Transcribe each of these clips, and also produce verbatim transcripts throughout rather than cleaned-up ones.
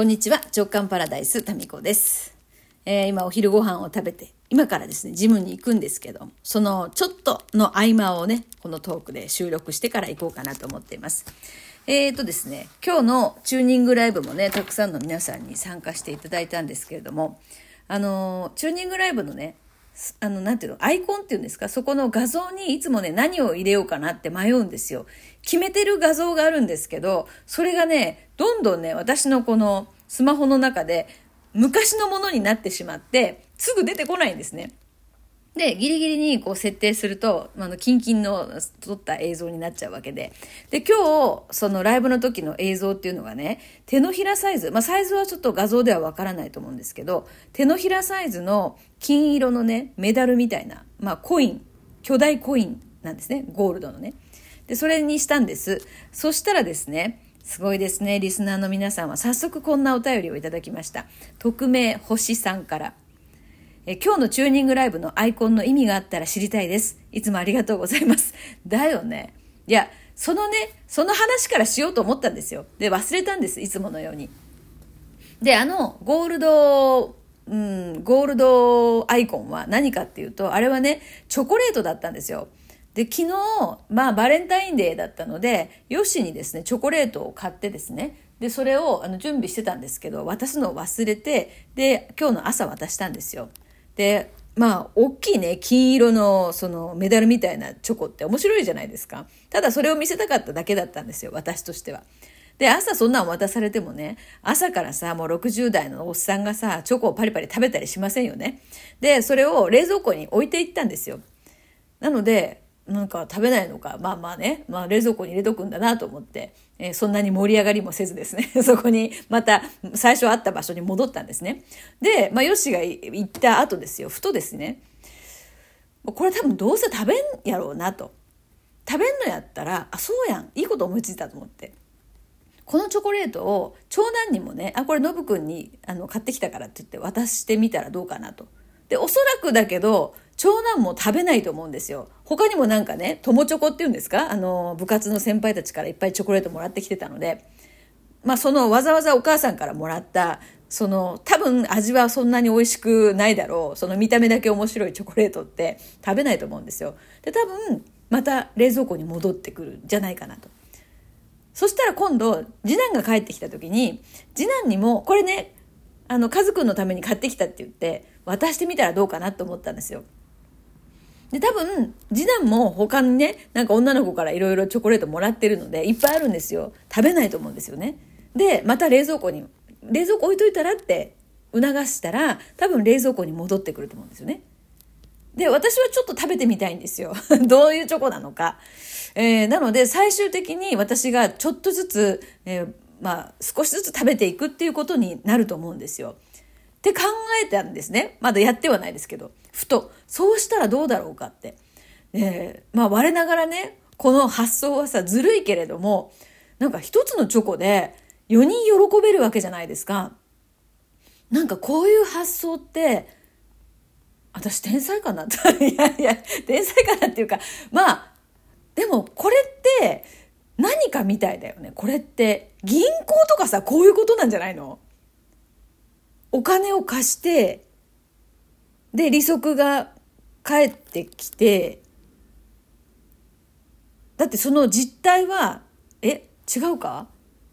こんにちは、直感パラダイスタミコです、えー、今お昼ご飯を食べて今からですねジムに行くんですけど、そのちょっとの合間をねこのトークで収録してから行こうかなと思っています。えーとですね今日のチューニングライブもねたくさんの皆さんに参加していただいたんですけれども、あのチューニングライブのねあのなんていうのアイコンっていうんですか、そこの画像にいつもね何を入れようかなって迷うんですよ。決めてる画像があるんですけど、それがねどんどんね私のこのスマホの中で昔のものになってしまってすぐ出てこないんですね。でギリギリにこう設定するとあのキンキンの撮った映像になっちゃうわけで、で今日そのライブの時の映像っていうのがね手のひらサイズ、まあサイズはちょっと画像ではわからないと思うんですけど、手のひらサイズの金色のねメダルみたいな、まあコイン、巨大コインなんですね、ゴールドのね。でそれにしたんです。そしたらですねすごいですね、リスナーの皆さんは早速こんなお便りをいただきました。匿名星さんから。え今日のチューニングライブのアイコンの意味があったら知りたいです。いつもありがとうございます。だよね。いや、そのね、その話からしようと思ったんですよ。で、忘れたんです。いつものように。で、あの、ゴールド、うん、ゴールドアイコンは何かっていうと、あれはね、チョコレートだったんですよ。で、昨日、まあ、バレンタインデーだったので、ヨッシーにですね、チョコレートを買ってですね、で、それをあの準備してたんですけど、渡すのを忘れて、で、今日の朝渡したんですよ。で、まあ、大きいね、金色の、その、メダルみたいなチョコって面白いじゃないですか。ただ、それを見せたかっただけだったんですよ、私としては。で、朝そんなの渡されてもね、朝からさ、もうろくじゅう代のおっさんがさ、チョコをパリパリ食べたりしませんよね。で、それを冷蔵庫に置いていったんですよ。なので、なんか食べないのか、まあまあね、まあ冷蔵庫に入れとくんだなと思って、えー、そんなに盛り上がりもせずですね、そこにまた最初あった場所に戻ったんですね。で、まあヨシが行った後ですよ、ふとですね、これ多分どうせ食べんやろうなと。食べんのやったら、あ、そうやん、いいこと思いついたと思って。このチョコレートを長男にもね、あ、これノブくんにあの買ってきたからって言って渡してみたらどうかなと。で、おそらくだけど、長男も食べないと思うんですよ。他にもなんかね、友チョコっていうんですか、あの、部活の先輩たちからいっぱいチョコレートもらってきてたので、まあそのわざわざお母さんからもらった、その多分味はそんなに美味しくないだろう、その見た目だけ面白いチョコレートって食べないと思うんですよ。で、多分また冷蔵庫に戻ってくるんじゃないかなと。そしたら今度、次男が帰ってきた時に、次男にも、これね、あの、カズくんのために買ってきたって言って、渡してみたらどうかなと思ったんですよ。で、多分、次男も他にね、なんか女の子からいろいろチョコレートもらってるので、いっぱいあるんですよ。食べないと思うんですよね。で、また冷蔵庫に、冷蔵庫置いといたらって促したら、多分冷蔵庫に戻ってくると思うんですよね。で、私はちょっと食べてみたいんですよ。どういうチョコなのか。えー、なので、最終的に私がちょっとずつ、えー、まあ、少しずつ食べていくっていうことになると思うんですよ。って考えたんですね。まだやってはないですけど。ふと、そうしたらどうだろうかって。えー、まあ、我ながらね、この発想はさ、ずるいけれども、なんか一つのチョコでよにん喜べるわけじゃないですか。なんかこういう発想って、私天才かないやいや、天才かなっていうか、まあ、でもこれって何かみたいだよね。これって銀行とかさ、こういうことなんじゃないの？お金を貸して、で、利息が返ってきて、だってその実態は、え、違うか？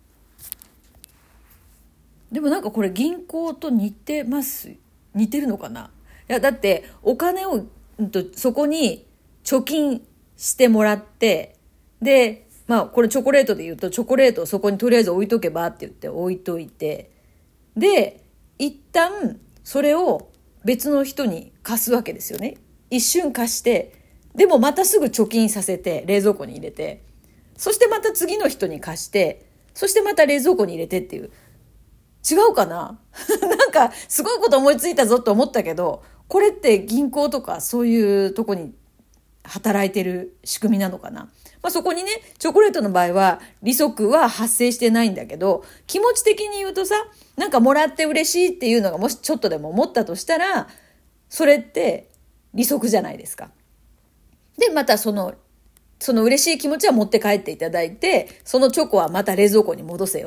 でもなんかこれ銀行と似てます。似てるのかな？いや、だってお金を、うんと、そこに貯金してもらって、で、まあこれチョコレートで言うとチョコレートをそこにとりあえず置いとけばって言って置いといて、で、一旦それを別の人に貸すわけですよね。一瞬貸して、でもまたすぐ貯金させて冷蔵庫に入れて、そしてまた次の人に貸して、そしてまた冷蔵庫に入れてっていう。違うかななんかすごいこと思いついたぞと思ったけど、これって銀行とかそういうとこに働いてる仕組みなのかな。まあ、そこにね、チョコレートの場合は利息は発生してないんだけど、気持ち的に言うとさ、なんかもらって嬉しいっていうのがもしちょっとでも思ったとしたら、それって利息じゃないですか。で、またその、その嬉しい気持ちは持って帰っていただいて、そのチョコはまた冷蔵庫に戻せよと。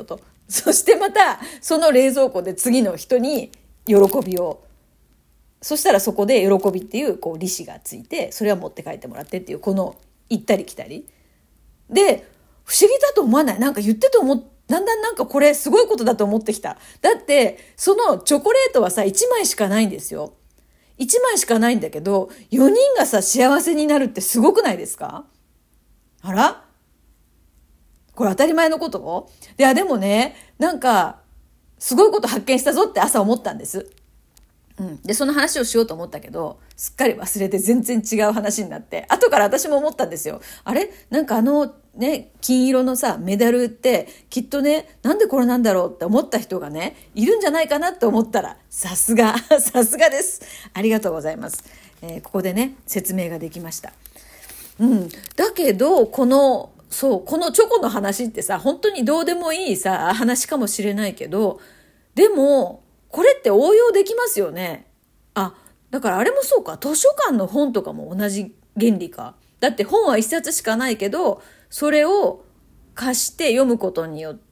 そしてまたその冷蔵庫で次の人に喜びを、そしたらそこで喜びっていうこう利子がついて、それは持って帰ってもらってっていう、この行ったり来たりで、不思議だと思わない？なんか言ってて思っだんだんなんかこれすごいことだと思ってきた。だってそのチョコレートはさいちまいしかないんですよ。いちまいしかないんだけど、よにんがさ幸せになるってすごくないですか？あら、これ当たり前のこと？いやでもね、なんかすごいこと発見したぞって朝思ったんです。うん、でその話をしようと思ったけど、すっかり忘れて全然違う話になって、後から私も思ったんですよ。あれ、なんかあのね金色のさメダルってきっとね、なんでこれなんだろうって思った人がねいるんじゃないかなって思ったら、さすがさすがです。ありがとうございます。えー、ここでね説明ができました。うん、だけどこのそうこのチョコの話ってさ、本当にどうでもいいさ話かもしれないけど、でもこれって応用できますよね。あ、だからあれもそうか、図書館の本とかも同じ原理か。だって本は一冊しかないけど、それを貸して読むことによって、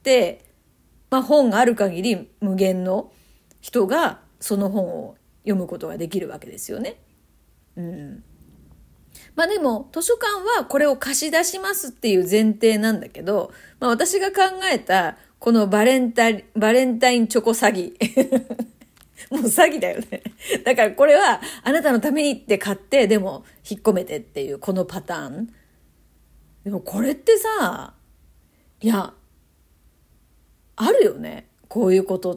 まあ本がある限り無限の人がその本を読むことができるわけですよね。うん。まあでも図書館はこれを貸し出しますっていう前提なんだけど、まあ私が考えたこのバレンタイン、バレンタインチョコ詐欺。もう詐欺だよね。だからこれはあなたのためにって買って、でも引っ込めてっていうこのパターン。でもこれってさ、いや、あるよね。こういうことって。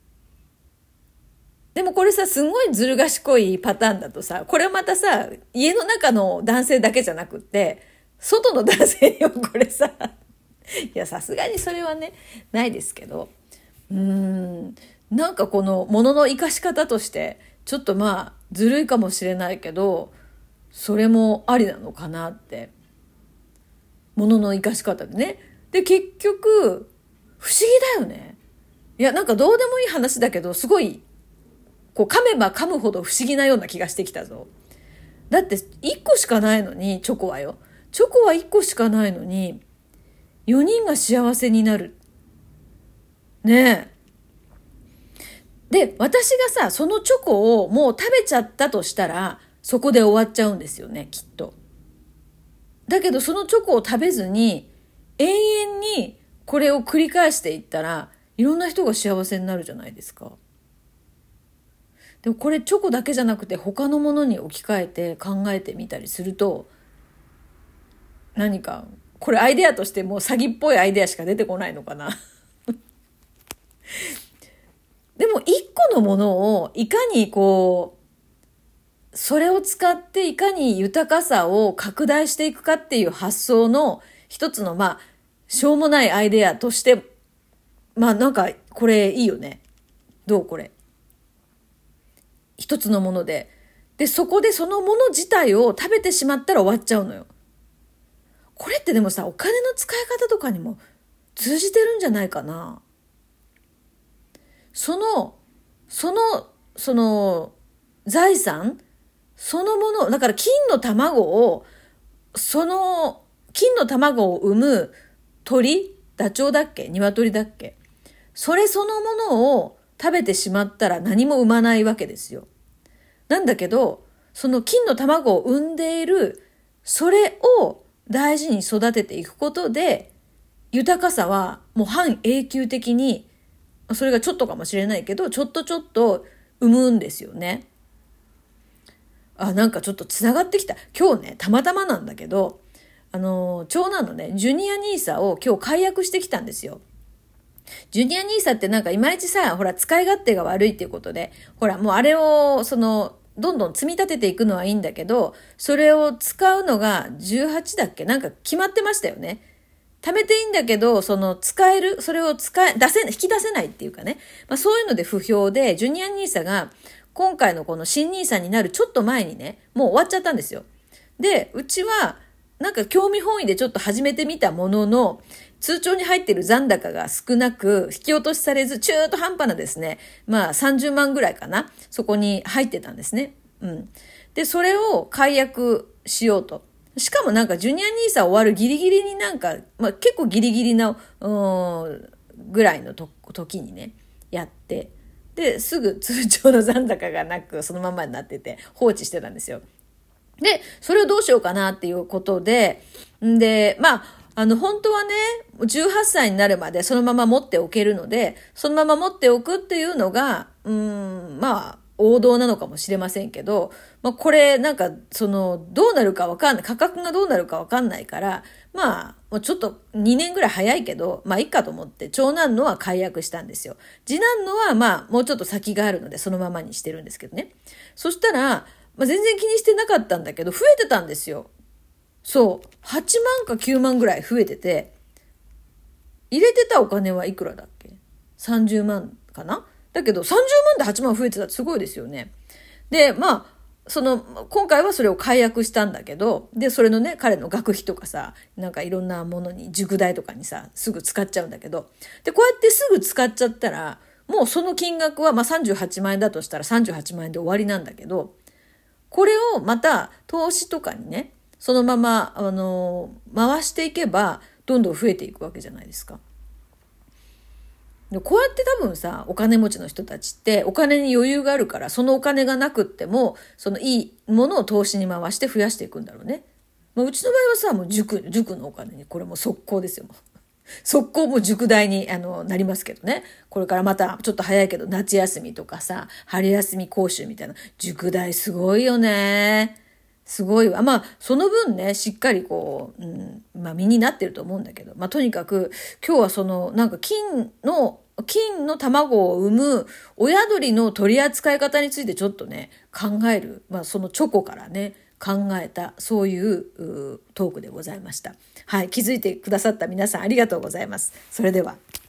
でもこれさ、すごいずる賢いパターンだとさ、これまたさ、家の中の男性だけじゃなくって、外の男性にもこれさ、いやさすがにそれはねないですけど、うーんなんかこのものの生かし方としてちょっとまあずるいかもしれないけど、それもありなのかなって、ものの生かし方でね。で結局不思議だよね。いやなんかどうでもいい話だけど、すごいこう噛めば噛むほど不思議なような気がしてきたぞ。だっていっこしかないのに、チョコはよチョコはいっこしかないのによにんが幸せになる。ねえ。で、私がさ、そのチョコをもう食べちゃったとしたら、そこで終わっちゃうんですよね、きっと。だけど、そのチョコを食べずに、永遠にこれを繰り返していったら、いろんな人が幸せになるじゃないですか。でもこれチョコだけじゃなくて、他のものに置き換えて考えてみたりすると、何か、これアイデアとしてもう詐欺っぽいアイデアしか出てこないのかな。でも一個のものをいかにこう、それを使っていかに豊かさを拡大していくかっていう発想の一つのまあ、しょうもないアイデアとして、まあなんかこれいいよね。どうこれ。一つのもので。で、そこでそのもの自体を食べてしまったら終わっちゃうのよ。これってでもさ、お金の使い方とかにも通じてるんじゃないかな。その、その、その、財産そのもの、だから金の卵を、その、金の卵を産む鳥ダチョウだっけ鶏だっけ、それそのものを食べてしまったら何も産まないわけですよ。なんだけど、その金の卵を産んでいる、それを大事に育てていくことで、豊かさはもう半永久的に、それがちょっとかもしれないけど、ちょっとちょっと生むんですよね。あ、なんかちょっとつながってきた。今日ね、たまたまなんだけど、あの、長男のね、ジュニアニーサを今日解約してきたんですよ。ジュニアニーサってなんかいまいちさ、ほら、使い勝手が悪いっていうことで、ほら、もうあれを、その、どんどん積み立てていくのはいいんだけど、それを使うのがじゅうはちだっけなんか決まってましたよね。貯めていいんだけど、その使える、それを使え、出せ、引き出せないっていうかね。まあそういうので不評で、ジュニアニーサが今回のこの新ニーサになるちょっと前にね、もう終わっちゃったんですよ。で、うちはなんか興味本位でちょっと始めてみたものの、通帳に入っている残高が少なく、引き落としされず、中途半端なですね、まあさんじゅうまんぐらいかな、そこに入ってたんですね。うん。で、それを解約しようと。しかもなんかジュニアニーサ終わるギリギリになんか、まあ結構ギリギリな、うん、 ぐらいのと時にね、やって、で、すぐ通帳の残高がなく、そのままになってて、放置してたんですよ。で、それをどうしようかなっていうことで、んで、まあ、あの、本当はね、じゅうはっさいになるまでそのまま持っておけるので、そのまま持っておくっていうのが、うーん、まあ、王道なのかもしれませんけど、まあ、これ、なんか、その、どうなるかわかんない、価格がどうなるかわかんないから、まあ、もうちょっとにねんぐらい早いけど、まあいいかと思って、長男のは解約したんですよ。次男のは、まあ、もうちょっと先があるので、そのままにしてるんですけどね。そしたら、まあ、全然気にしてなかったんだけど、増えてたんですよ。そう。はちまんかきゅうまんぐらい増えてて、入れてたお金はいくらだっけ ?さんじゅうまんかな。だけどさんじゅうまんではちまん増えてたってすごいですよね。で、まあ、その、今回はそれを解約したんだけど、で、それのね、彼の学費とかさ、なんかいろんなものに、塾代とかにさ、すぐ使っちゃうんだけど、で、こうやってすぐ使っちゃったら、もうその金額は、まあさんじゅうはちまん円だとしたらさんじゅうはちまん円で終わりなんだけど、これをまた投資とかにね、そのまま、あの、回していけば、どんどん増えていくわけじゃないですか。でこうやって多分さ、お金持ちの人たちってお金に余裕があるから、そのお金がなくっても、そのいいものを投資に回して増やしていくんだろうね。まあ、うちの場合はさ、もう塾、塾のお金に、これも速攻ですよ。もう速攻もう塾代にあのなりますけどね。これからまたちょっと早いけど、夏休みとかさ、春休み講習みたいな、塾代すごいよね。すごいわ。まあ、その分ね、しっかりこう、うん、まあ、身になってると思うんだけど、まあ、とにかく、今日はその、なんか金の、金の卵を産む親鳥の取り扱い方についてちょっとね、考える。まあ、そのチョコからね、考えた、そういう、うトークでございました。はい、気づいてくださった皆さんありがとうございます。それでは。